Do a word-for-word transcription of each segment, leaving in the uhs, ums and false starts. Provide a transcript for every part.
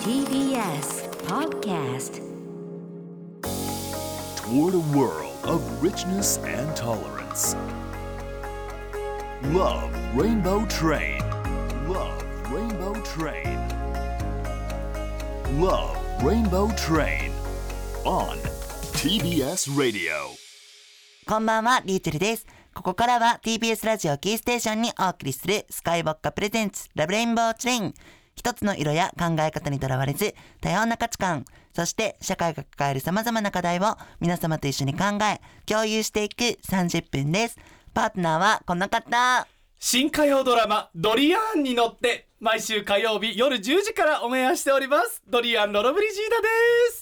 ティービーエス Podcast Toward a world of richness and tolerance. Love Rainbow Train. Love Rainbow Train. Love Rainbow Train on ティービーエス Radio. こんばんは、リューチェルです。ここからは ティービーエス ラジオキーステーションにお送りするスカイウォッカプレゼンツラブレインボートレイン。一つの色や考え方にとらわれず、多様な価値観、そして社会が抱える様々な課題を皆様と一緒に考え、共有していくさんじゅっぷんです。パートナーはこの方。 新火曜ドラマドリアンに乗って毎週火曜日夜じゅうじからオンエアしております。ドリアンロロブリジーダです。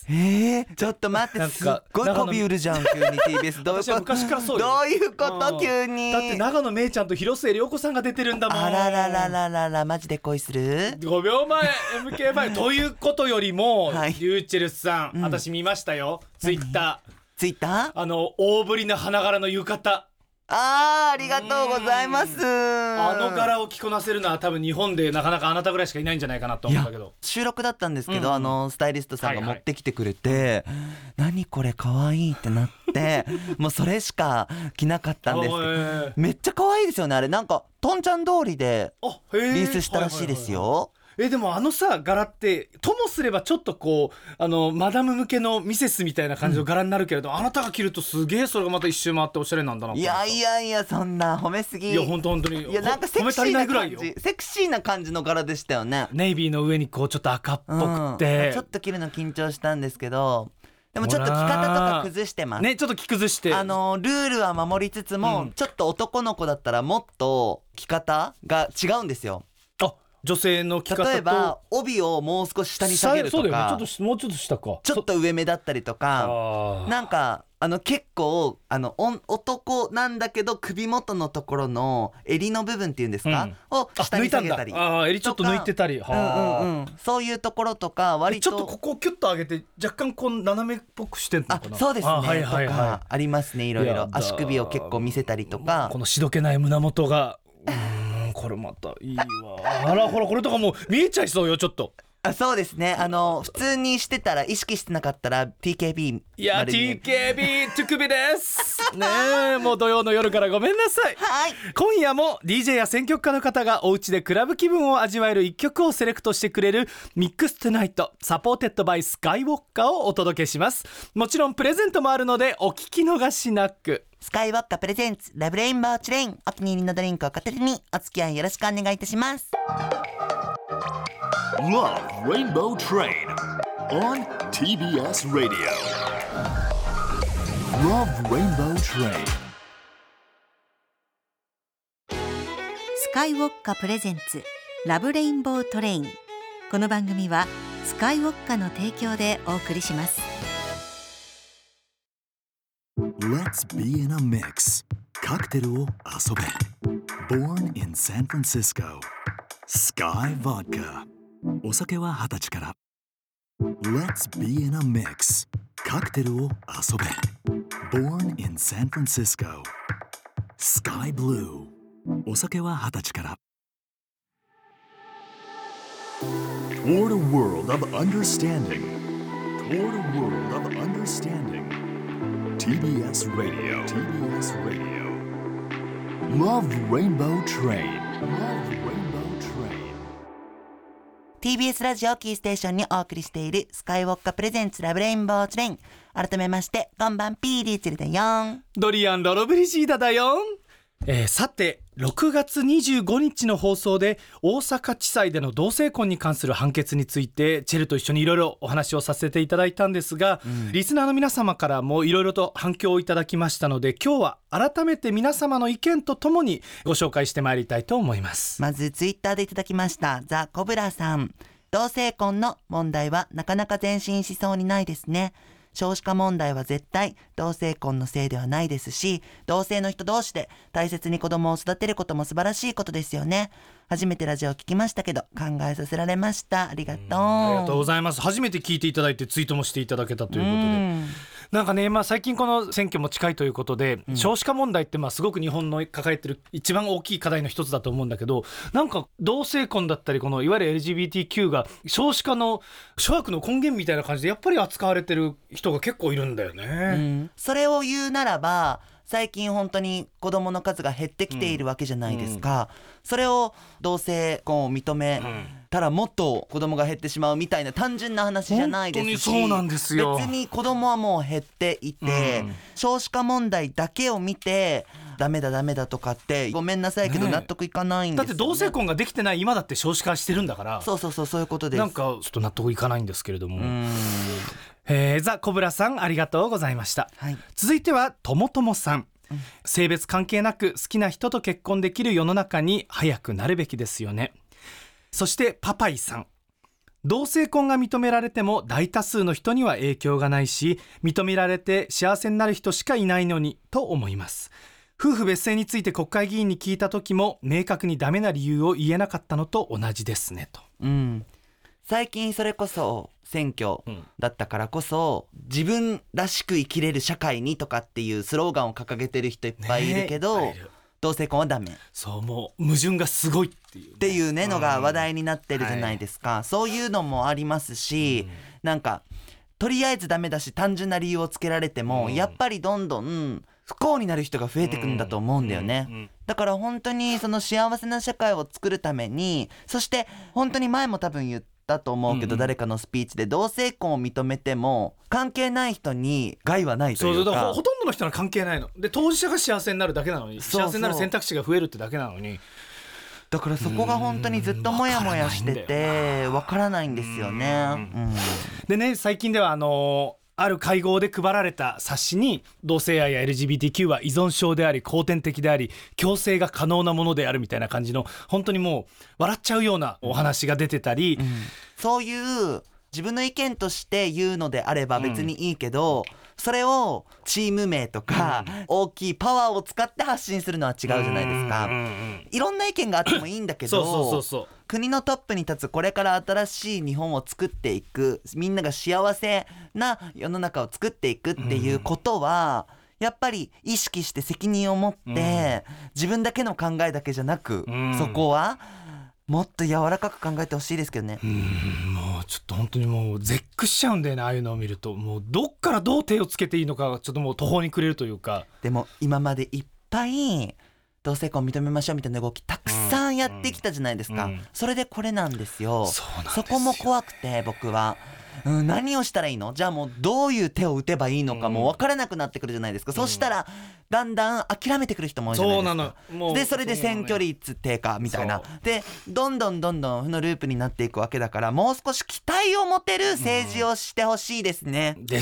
えー、ちょっと待って、すっごいこび売るじゃん、急に ティービーエス どういうこと？ 私は昔からそうよ。 どういうこと急に？ だって長野めいちゃんと広末涼子さんが出てるんだもん。 あらららららら、マジで恋する？ ごびょうまえ エムケーファイブ ということよりも、 はい、 リューチェルさん、うん、私見ましたよ、ツイッター。 ツイッター？ あの大ぶりな花柄の浴衣。 あー、ありがとうございます。 あの柄を着こなせるのは多分日本でなかなかあなたぐらいしかいないんじゃないかなと思うんだけど。 収録だったんですけど、うん、あのスタイリストさんが持ってきてくれて、はいはい、何これ可愛いってなってもうそれしか着なかったんですけどめっちゃ可愛いですよね。あれなんかトンちゃん通りでリリースしたらしいですよ。はいはいはいはい。 えでもあのさ柄ってともすればちょっとこうあのマダム向けのミセスみたいな感じの柄になるけれど、うん、あなたが着るとすげえそれがまた一周回っておしゃれなんだなと。 いやいやいや、そんな褒めすぎ。 いや本当本当に。 いやなんかセクシーな感じ、セクシーな感じの柄でしたよね。 ネイビーの上にこうちょっと赤っぽくて、 うん、ちょっと着るの緊張したんですけど、でもちょっと着方とか崩してますね。ちょっと着崩してあのルールは守りつつも、うん、ちょっと男の子だったらもっと着方が違うんですよ。 あ、女性の着方と例えば帯をもう少し下に下げるとか、 そうだよね、ちょっともうちょっと下か、 ちょっと上目だったりとか、なんかあの結構あの男なんだけど首元のところの襟の部分っていうんですか、うん、を下に下げたり、 ああ襟ちょっと抜いてたり、はうんうんうん、そういうところとか割とちょっとここをキュッと上げて若干こう斜めっぽくしてるのかな。 あ、そうですね、 あ、はいはいはい、 とかありますね。いろいろ足首を結構見せたりとか、 このしどけない胸元がこれまたいいわ。あらほらこれとかもう見えちゃいそうよちょっと。 あ、そうですね。あの普通にしてたら意識してなかったら ティーケービーいや ティーケービー トゥクビですねえもう土曜の夜からごめんなさい。 はい、 今夜も ディージェー や選曲家の方がお家でクラブ気分を味わえる一曲をセレクトしてくれるミックストゥナイトサポーテッドバイスカイウォッカをお届けします。もちろんプレゼントもあるのでお聞き逃しなく。 スカイウォッカプレゼンツラブレインボートレイン、お気に入りのドリンクを片手にお付き合いよろしくお願いいたします。 Love Rainbow Train on ティービーエス Radio. Love Rainbow Train. スカイウォッカプレゼンツラブレインボートレイン。この番組はスカイウォッカの提供でお送りします。 Let's be in a mix. カクテルを遊べ。Born in San Francisco. Sky Vodka. お酒は二十歳から。Let's be in a mix. カクテルを遊べ。Born in San Francisco. Sky Blue. お酒は二十歳から。Toward a world of understanding. Toward a world of understanding. ティービーエス Radio. ティービーエス Radio. Love Rainbow Train. Love Rainbow Train. ティービーエス ラジオキーステーションにお送りしているスカイウォッカプレゼンツラブレインボートレイン。改めましてこんばんピーリーチルだよん。 ドリアンロロブリジーダだよん。えー、さてろくがつにじゅうごにちの放送で大阪地裁での同性婚に関する判決についてチェルと一緒にいろいろお話をさせていただいたんですが、うん、リスナーの皆様からもいろいろと反響をいただきましたので、今日は改めて皆様の意見とともにご紹介してまいりたいと思います。 まずツイッターでいただきましたザ・コブラさん。同性婚の問題はなかなか前進しそうにないですね。少子化問題は絶対同性婚のせいではないですし、同性の人同士で大切に子供を育てることも素晴らしいことですよね。初めてラジオを聞きましたけど考えさせられました。ありがとう。 ありがとうございます。初めて聞いていただいてツイートもしていただけたということで、 なんかね、まあ、最近この選挙も近いということで、うん、少子化問題ってまあすごく日本の抱えてる一番大きい課題の一つだと思うんだけど、なんか同性婚だったりこのいわゆる エルジービーティーキュー が少子化の諸悪の根源みたいな感じでやっぱり扱われてる人が結構いるんだよね、 うん、それを言うならば最近本当に子どもの数が減ってきているわけじゃないですか、うん、それを同性婚を認めたらもっと子どもが減ってしまうみたいな単純な話じゃないですし、 本当にそうなんですよ。 別に子どもはもう減っていて、うん、少子化問題だけを見てダメだダメだとかってごめんなさいけど納得いかないんですよね。 だって同性婚ができてない今だって少子化してるんだから。 そうそうそう、そういうことです。 なんかちょっと納得いかないんですけれども、うーん、えー、ザ・コブラさんありがとうございました、はい、続いてはともともさん、うん、性別関係なく好きな人と結婚できる世の中に早くなるべきですよね。そしてパパイさん、同性婚が認められても大多数の人には影響がないし、認められて幸せになる人しかいないのにと思います。夫婦別姓について国会議員に聞いた時も明確にダメな理由を言えなかったのと同じですねと、 うん、最近それこそ選挙だったからこそ、うん、自分らしく生きれる社会にとかっていうスローガンを掲げてる人いっぱいいるけど、ね、同性婚はダメ、 そうもう矛盾がすごいっていう、ね、 っていうねのが話題になってるじゃないですか、はい、そういうのもありますし、うん、なんかとりあえずダメだし単純な理由をつけられても、うん、やっぱりどんどん不幸になる人が増えてくるんだと思うんだよね、うんうんうん、だから本当にその幸せな社会を作るために、そして本当に前も多分言ったと思うけど、うんうん、誰かのスピーチで同性婚を認めても関係ない人に害はないというか、 そうだ、ほとんどの人は関係ないので、当事者が幸せになるだけなのに、幸せになる選択肢が増えるってだけなのに、 だからそこが本当にずっとモヤモヤしててわからないんですよね、うん、 でね、最近ではあのーある会合で配られた冊子に同性愛や エルジービーティーキュー は依存症であり後天的であり強制が可能なものであるみたいな感じの本当にもう笑っちゃうようなお話が出てたり、 うんうん、そういう自分の意見として言うのであれば別にいいけど、うん、それをチーム名とか、うん、大きいパワーを使って発信するのは違うじゃないですか、うんうんうん、いろんな意見があってもいいんだけどそうそうそうそう、 国のトップに立つこれから新しい日本を作っていく、みんなが幸せな世の中を作っていくっていうことは、うん、やっぱり意識して責任を持って、うん、自分だけの考えだけじゃなく、うん、そこはもっと柔らかく考えてほしいですけどね。 うん、もうちょっと本当にもう絶句しちゃうんだよね、ああいうのを見ると。もうどっからどう手をつけていいのかちょっともう途方に暮れるというか。 でも今までいっぱい同性婚認めましょうみたいな動きたくさんやってきたじゃないですか、うんうん、それでこれなんですよ。 そうなんですよ。 そこも怖くて僕は、うん、何をしたらいいの、じゃあもうどういう手を打てばいいのかもう分からなくなってくるじゃないですか、うん、そしたらだんだん諦めてくる人も多いじゃないですか。 そうなの。もうでそれで選挙率低下みたいなでどんどんどんどん負のループになっていくわけだから、もう少し期待を持てる政治をしてほしいですね、 うん、です。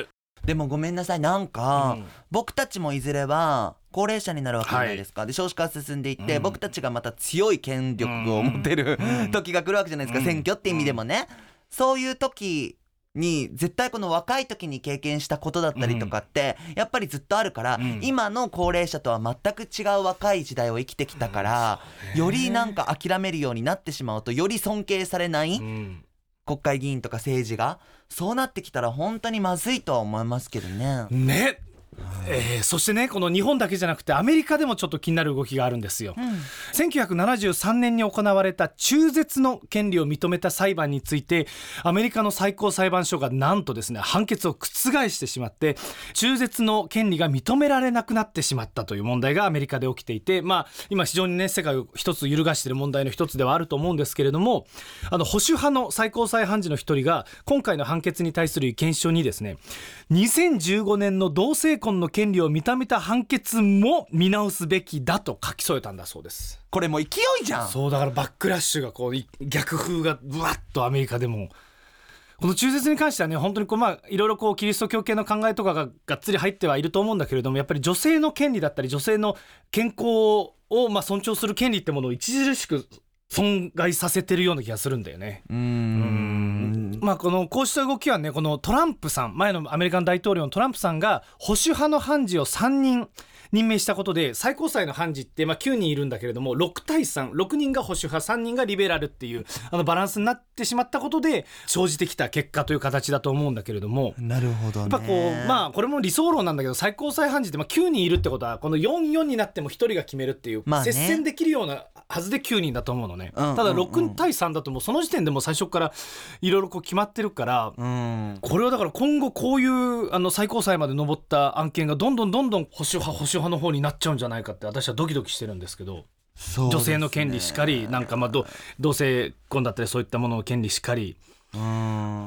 でもごめんなさい、なんか、うん、僕たちもいずれは高齢者になるわけじゃないですか、はい、で少子化が進んでいって、うん、僕たちがまた強い権力を持てる、うん、時が来るわけじゃないですか、うん、選挙って意味でもね、うん、そういう時に絶対この若い時に経験したことだったりとかってやっぱりずっとあるから、うん、今の高齢者とは全く違う若い時代を生きてきたから、うん、よりなんか諦めるようになってしまうとより尊敬されない、うん、国会議員とか政治がそうなってきたら本当にまずいとは思いますけどね。 ね、えー、そしてね、この日本だけじゃなくてアメリカでもちょっと気になる動きがあるんですよ、うん、せんきゅうひゃくななじゅうさんねんに行われた中絶の権利を認めた裁判についてアメリカの最高裁判所がなんとですね判決を覆してしまって中絶の権利が認められなくなってしまったという問題がアメリカで起きていて、まあ、今非常にね世界を一つ揺るがしている問題の一つではあると思うんですけれども、あの保守派の最高裁判事の一人が今回の判決に対する意見書にですねにせんじゅうごねんの同性婚の権利を認めた判決も見直すべきだと書き添えたんだそうです。 これもう勢いじゃん。 そうだからバックラッシュがこう逆風がブワッとアメリカでもこの中絶に関してはね本当にこう、まあ、いろいろこうキリスト教系の考えとかががっつり入ってはいると思うんだけれども、やっぱり女性の権利だったり女性の健康をまあ尊重する権利ってものを著しく損害させてるような気がするんだよね。うーん、うーん、まあ、このこうした動きはねこのトランプさん前のアメリカン大統領のトランプさんが保守派の判事をさんにん任命したことで最高裁の判事って、まあ、きゅうにんいるんだけれどもろくたいさん、ろくにんが保守派、さんにんがリベラルっていうあのバランスになってしまったことで生じてきた結果という形だと思うんだけれども、 なるほどね。 やっぱこう、まあこれも理想論なんだけど、最高裁判事ってまあきゅうにんいるってことはこのよんたいよんになってもひとりが決めるっていう、 まあね、 接戦できるようなはずできゅうにんだと思うのね、 うんうんうん、 ただろくたいさんだともうその時点でもう最初からいろいろこう決まってるから、 うん、 これはだから今後こういうあの最高裁まで上った案件がどんどんどんどん保守派保守派の方になっちゃうんじゃないかって私はドキドキしてるんですけど、 そうですね、 女性の権利しかり、なんかまあど同性婚だったりそういったものの権利しかり、 うん、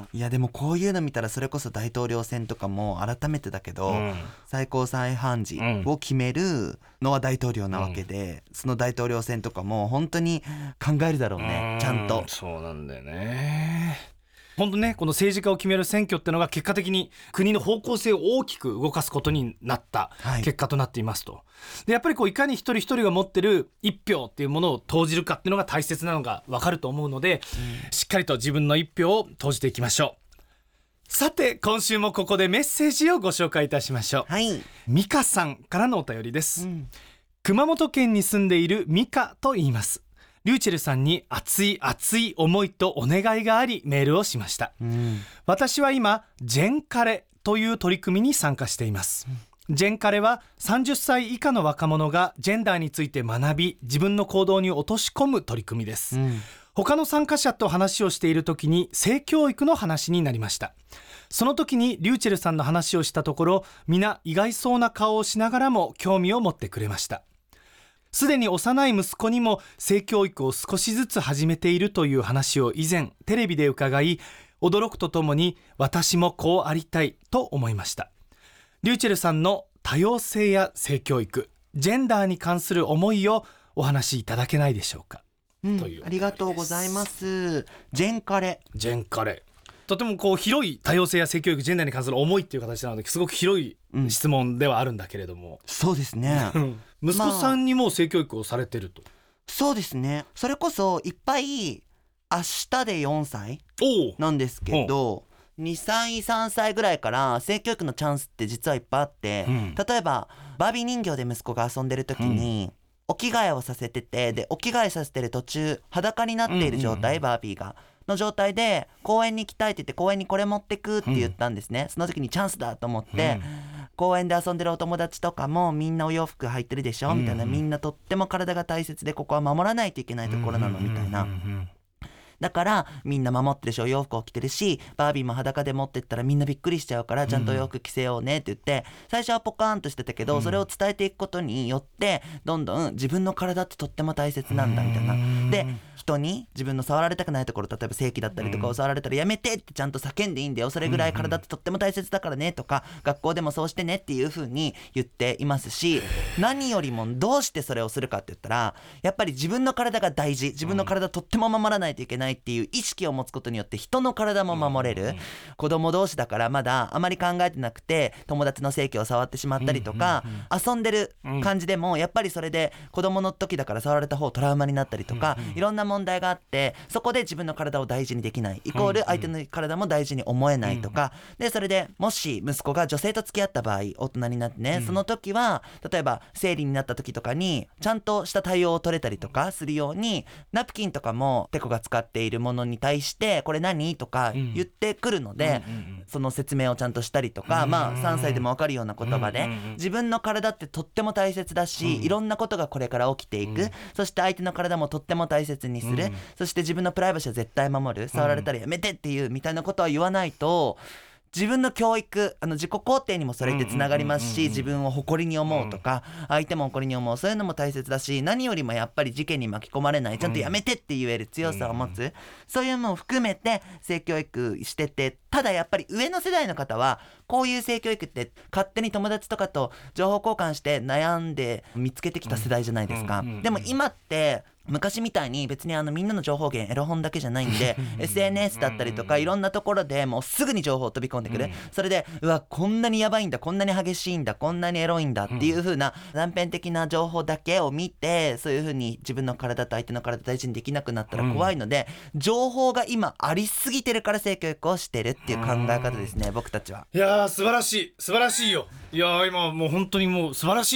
いやでもこういうの見たらそれこそ大統領選とかも改めてだけど、うん、最高裁判事を決めるのは大統領なわけで、うん、その大統領選とかも本当に考えるだろうね、うん、ちゃんと。 そうなんだよね。本当ね、この政治家を決める選挙ってのが結果的に国の方向性を大きく動かすことになった結果となっていますと、はい、でやっぱりこういかに一人一人が持ってる一票っていうものを投じるかっていうのが大切なのが分かると思うので、うん、しっかりと自分の一票を投じていきましょう。さて今週もここでメッセージをご紹介いたしましょう。 はい、 ミカさんからのお便りです、うん、熊本県に住んでいるミカと言います。リューチェルさんに熱い熱い思いとお願いがありメールをしました、うん、私は今ジェンカレという取り組みに参加しています、うん、ジェンカレはさんじゅっさい以下の若者がジェンダーについて学び自分の行動に落とし込む取り組みです、うん、他の参加者と話をしている時に性教育の話になりました。その時にリューチェルさんの話をしたところ、皆意外そうな顔をしながらも興味を持ってくれました。すでに幼い息子にも性教育を少しずつ始めているという話を以前テレビで伺い、驚くとともに私もこうありたいと思いました。リューチェルさんの多様性や性教育、ジェンダーに関する思いをお話しいただけないでしょうか、 うん、 というありがとうございます。ジェンカレジェンカレとてもこう広い多様性や性教育ジェンダーに関する思いっていう形なのですごく広い質問ではあるんだけれども、うん、 そうですね息子さんにも性教育をされてると、まあ、 そうですね。それこそいっぱい明日でよんさいなんですけど、にさいさんさいぐらいから性教育のチャンスって実はいっぱいあって、うん、例えばバービー人形で息子が遊んでる時に、うん、お着替えをさせてて、でお着替えさせてる途中裸になっている状態、うんうんうん、バービーがの状態で公園に行きたいって言って公園にこれ持ってくって言ったんですね、うん、その時にチャンスだと思って、うん、公園で遊んでるお友達とかもみんなお洋服履いてるでしょ、うん、みたいな、みんなとっても体が大切でここは守らないといけないところなのみたいな、うんうんうんうん、だからみんな守ってるしお洋服を着てるし、バービーも裸で持ってったらみんなびっくりしちゃうからちゃんとお洋服着せようねって言って、最初はポカーンとしてたけど、それを伝えていくことによってどんどん自分の体ってとっても大切なんだみたいな、で人に自分の触られたくないところ、例えば性器だったりとかを触られたらやめてってちゃんと叫んでいいんだよ、それぐらい体ってとっても大切だからねとか、学校でもそうしてねっていう風に言っていますし、何よりもどうしてそれをするかって言ったら、やっぱり自分の体が大事、自分の体とっても守らないといけないっていう意識を持つことによって人の体も守れる。子供同士だからまだあまり考えてなくて友達の性器を触ってしまったりとか、遊んでる感じでもやっぱりそれで子供の時だから触られた方トラウマになったりとか、いろんな問題があって、そこで自分の体を大事にできないイコール相手の体も大事に思えないとかで、それでもし息子が女性と付き合った場合、大人になってね、その時は例えば生理になった時とかにちゃんとした対応を取れたりとかするように、ナプキンとかもテコが使っているものに対してこれ何とか言ってくるので、その説明をちゃんとしたりとか、まあさんさいでも分かるような言葉で、自分の体ってとっても大切だし、いろんなことがこれから起きていく、そして相手の体もとっても大切にする、そして自分のプライバシーは絶対守る、触られたらやめてっていうみたいなことは言わないと、自分の教育、あの自己肯定にもそれってつながりますし、自分を誇りに思うとか、相手も誇りに思う、そういうのも大切だし、何よりもやっぱり事件に巻き込まれない、ちゃんとやめてって言える強さを持つ、そういうのも含めて性教育してて、ただやっぱり上の世代の方はこういう性教育って勝手に友達とかと情報交換して悩んで見つけてきた世代じゃないですか。でも今って昔みたいに別にあのみんなの情報源エロ本だけじゃないんでエスエヌエスだったりとかいろんなところでもうすぐに情報を飛び込んでくる、それでうわこんなにやばいんだ、こんなに激しいんだ、こんなにエロいんだっていう風な断片的な情報だけを見て、そういう風に自分の体と相手の体大事にできなくなったら怖いので、情報が今ありすぎてるから性教育をしてるっていう考え方ですね、僕たちは。 いやー素晴らしい素晴らしいよ。いやー今もう本当にもう素晴らしいよ。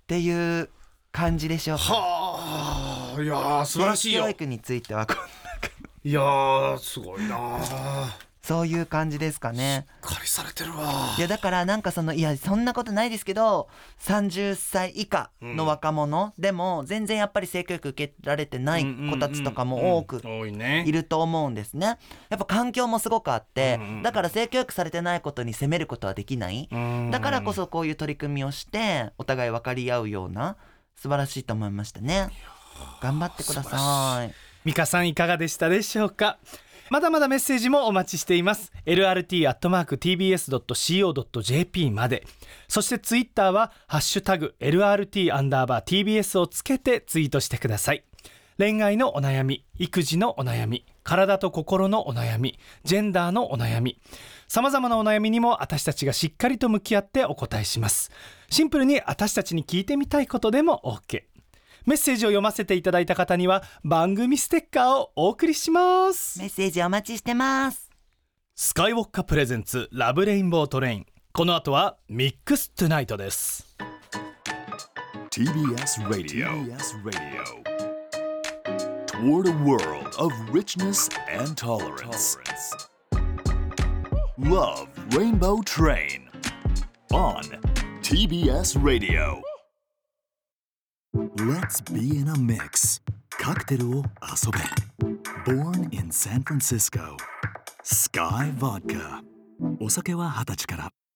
っていう感じでしょうか。 はあ、いやー素晴らしいよ。 教育についてはこんな感じ。 いやーすごいなそういう感じですかね。 しっかりされてるわ。 いやだからなんかそのいやそんなことないですけどさんじゅっさい以下の若者でも全然やっぱり性教育受けられてない子たちとかも多くいると思うんですね。やっぱ環境もすごくあってだから性教育されてないことに責めることはできない。だからこそこういう取り組みをしてお互い分かり合うような素晴らしいと思いましたね。頑張ってください。 美香さんいかがでしたでしょうか。まだまだメッセージもお待ちしています。 エルアールティー アットマーク ティービーエス ドット シーオー ドット ジェーピー まで。そしてツイッターはハッシュタグ エルアールティー アンダーバー ティービーエス をつけてツイートしてください。恋愛のお悩み、育児のお悩み、体と心のお悩み、ジェンダーのお悩み、さまざまなお悩みにも私たちがしっかりと向き合ってお答えします。シンプルに私たちに聞いてみたいことでも OK。メッセージを読ませていただいた方には番組ステッカーをお送りします。 メッセージお待ちしてます。 スカイウォッカプレゼンツラブレインボートレイン。この後はミックストゥナイトです。 ティービーエス Radio Toward a world of richness and tolerance. Love Rainbow Train on ティービーエス Radio.Let's be in a mix. カクテルを遊べ。Born in San Francisco. Sky Vodka. お酒は二十歳から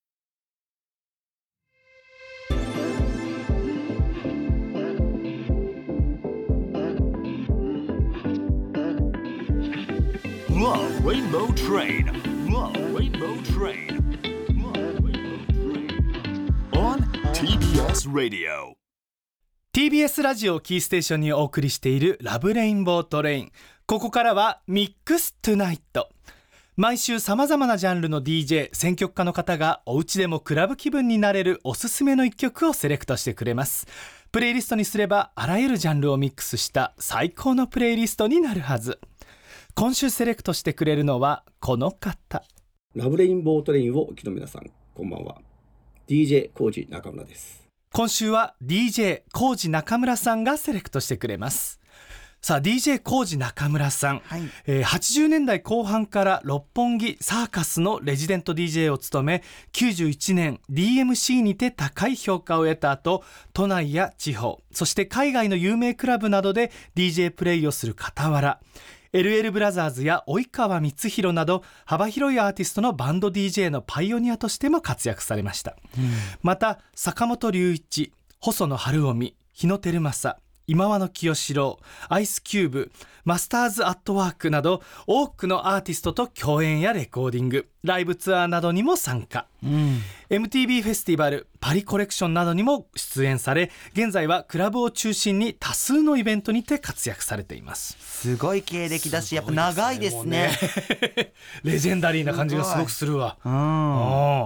。Love Rainbow Train. Love Rainbow Train. Love Rainbow Train. On ティービーエス Radio. ティービーエス ラジオキーステーションにお送りしているラブレインボートレイン。ここからはミックストゥナイト。毎週さまざまなジャンルの ディージェー 選曲家の方がお家でもクラブ気分になれるおすすめの一曲をセレクトしてくれます。プレイリストにすればあらゆるジャンルをミックスした最高のプレイリストになるはず。今週セレクトしてくれるのはこの方。 ラブレインボートレインをお聞きの皆さん、こんばんは。 ディージェー コージ中村です。 今週は ディージェー コージ中村さんがセレクトしてくれます。さあ ディージェー コージ中村さん、はい、えー、はちじゅうねんだいこう半から六本木サーカスのレジデント ディージェー を務め、きゅうじゅういちねん ディーエムシー にて高い評価を得た後、都内や地方そして海外の有名クラブなどで ディージェー プレイをする傍ら、エルエル ブラザーズや及川光弘など幅広いアーティストのバンド ディージェー のパイオニアとしても活躍されました、うん、また坂本龍一、細野晴臣、日野照正、今和の清志郎、アイスキューブ、マスターズアットワークなど多くのアーティストと共演やレコーディング、ライブツアーなどにも参加、うん、エムティービー フェスティバル、パリコレクションなどにも出演され、現在はクラブを中心に多数のイベントにて活躍されています。 すごい経歴だし、やっぱ長いですね。 レジェンダリーな感じがすごくするわ。うん、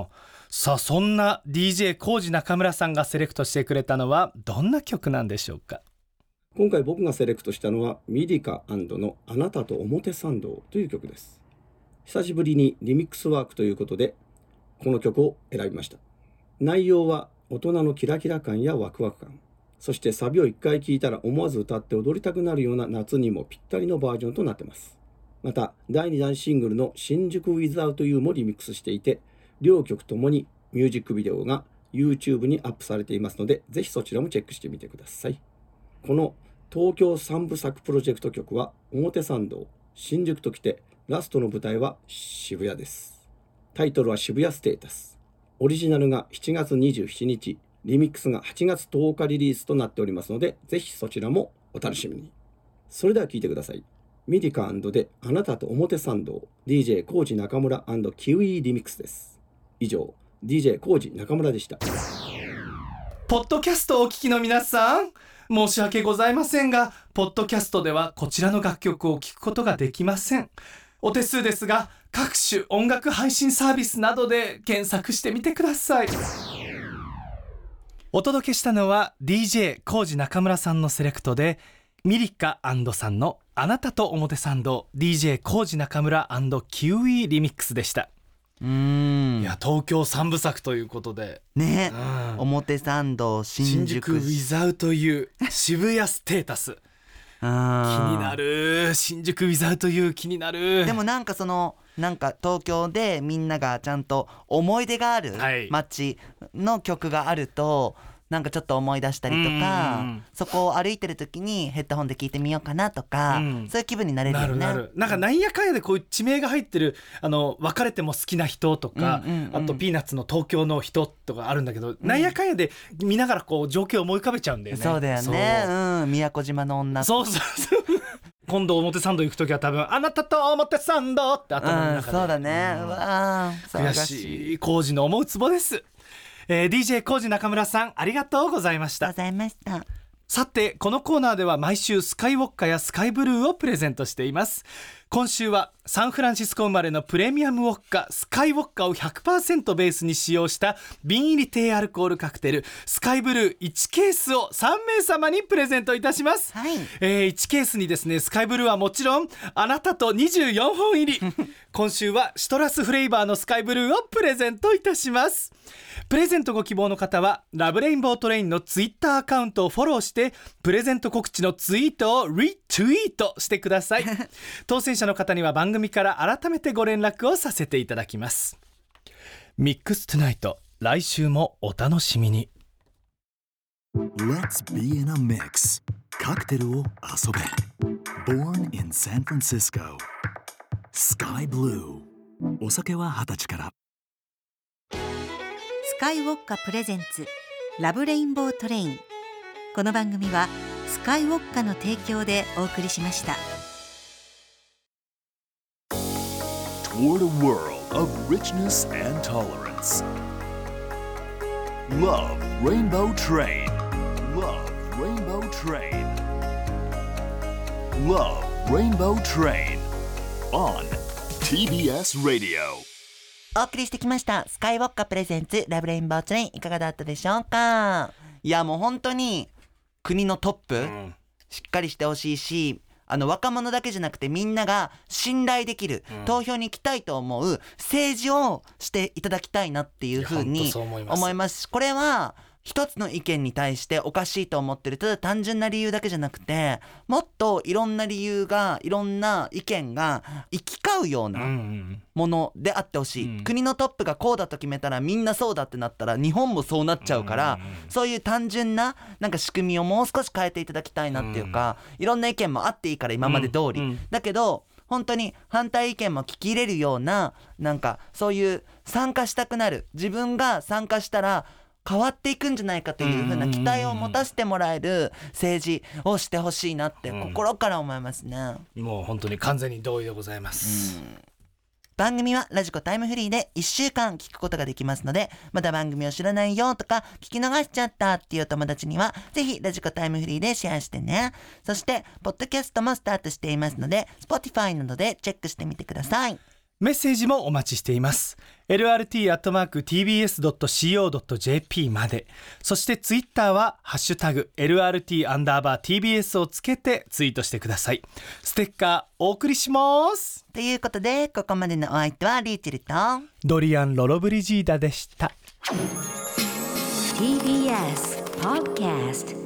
さあそんな ディージェー コージ中村さんがセレクトしてくれたのはどんな曲なんでしょうか。 今回僕がセレクトしたのはミディカ&のあなたと表参道という曲です。久しぶりにリミックスワークということでこの曲を選びました。内容は大人のキラキラ感やワクワク感、そしてサビを一回聴いたら思わず歌って踊りたくなるような夏にもぴったりのバージョンとなっています。まただいにだんシングルの新宿ウィズアウトユーもリミックスしていて、両曲ともにミュージックビデオが YouTube にアップされていますので、ぜひそちらもチェックしてみてください。この東京三部作プロジェクト曲は表参道、新宿ときて、ラストの舞台は渋谷です。タイトルは渋谷ステータス。オリジナルがしちがつにじゅうしちにち、リミックスがはちがつとおかリリースとなっておりますので、ぜひそちらもお楽しみに。それでは聴いてください。ミディカ&であなたと表参道、 ディージェー コージ中村&キウイリミックスです。以上 ディージェー コージ中村でした。 ポッドキャストをお聞きの皆さん、申し訳ございませんが、ポッドキャストではこちらの楽曲を聴くことができません。お手数ですが、各種音楽配信サービスなどで検索してみてください。お届けしたのは ディージェー コージ中村さんのセレクトで、ミリカ&さんのあなたと表参道、 ディージェー コージ中村&キウイリミックスでした。 うーんいや東京三部作ということで、 ね、 うん、 表参道新新宿宿ウィザウトユー渋谷ステータス気気になる。新宿ウィザウトユー気になる。 でもなんかそのなんか東京でみんながちゃんと思い出があるはい街の曲があるとなんかちょっと思い出したりとか、 うんそこを歩いてる時にヘッドホンで聞いてみようかなとか、 うんそういう気分になれるよね。 なるなる。なんかなんやかんやでこういう地名が入ってるあの別れても好きな人とか、 うんうんうんあとピーナッツの東京の人とかあるんだけど、なんやかんやで見ながらこう情景を思い浮かべちゃうんだよね。 そうだよね。 そううん、宮古島の女。 そうそうそう今度表参道行くときは多分あなたと表参道って頭のうん、 中で、 そうだね。うわー、騒悔がしい。 しい工事の思うツボです、えー、ディージェー 工事中村さんありがとうございました。 ございました。 さてこのコーナーでは毎週スカイウォッカやスカイブルーをプレゼントしています。今週はサンフランシスコ生まれのプレミアムウォッカスカイウォッカを ひゃくパーセント ベースに使用した瓶入り低アルコールカクテルスカイブルーいちケースをさんめい様にプレゼントいたします、 はい。 えーいちケースにですねスカイブルーはもちろんあなたとにじゅうよんほん入り今週はシトラスフレーバーのスカイブルーをプレゼントいたします。プレゼントご希望の方はラブレインボートレインのツイッターアカウントをフォローしてプレゼント告知のツイートをリツイートしてください当選者の方には番組から改めてご連絡をさせていただきます。ミックストゥナイト来週もお楽しみに。 Let's be in a mix カクテルを遊べ Born in San Francisco Sky Blue お酒は二十歳から。 スカイウォッカプレゼンツラブレインボートレイン。この番組はスカイウォッカの提供でお送りしました。 Toward a world of richness and tolerance. Love Rainbow Train. Love Rainbow Train. Love Rainbow Train on ティービーエス Radio。 お送りしてきましたスカイウォッカプレゼンツラブレインボートレインいかがだったでしょうか。いやもう本当に国のトップ、うん、しっかりしてほしいしあの若者だけじゃなくてみんなが信頼できる、うん、投票に行きたいと思う政治をしていただきたいなっていうふうに思いますし、これは一つの意見に対しておかしいと思ってるただ単純な理由だけじゃなくてもっといろんな理由がいろんな意見が行き交うようなものであってほしい、うんうん、国のトップがこうだと決めたらみんなそうだってなったら日本もそうなっちゃうから、うんうんうん、そういう単純ななんか仕組みをもう少し変えていただきたいなっていうか、うん、いろんな意見もあっていいから今まで通り、うんうん、だけど本当に反対意見も聞き入れるようななんかそういう参加したくなる自分が参加したら変わっていくんじゃないかというふうな期待を持たせてもらえる政治をしてほしいなって心から思いますね、 うん、もう本当に完全に同意でございます、うん、 番組はラジコタイムフリーでいっしゅうかん聞くことができますのでまだ番組を知らないよとか聞き逃しちゃったっていう友達にはぜひラジコタイムフリーでシェアしてね。そしてポッドキャストもスタートしていますので Spotify などでチェックしてみてください。 メッセージもお待ちしています。 エルアールティー アットマーク ティービーエス ドット シーオー ドット ジェーピー まで。そしてツイッターはハッシュタグ エルアールティー アンダーバー ティービーエス をつけてツイートしてください。ステッカーお送りします。 ということでここまでのお相手はリーチェルとドリアン・ロロブリジーダでした。 ティービーエス Podcast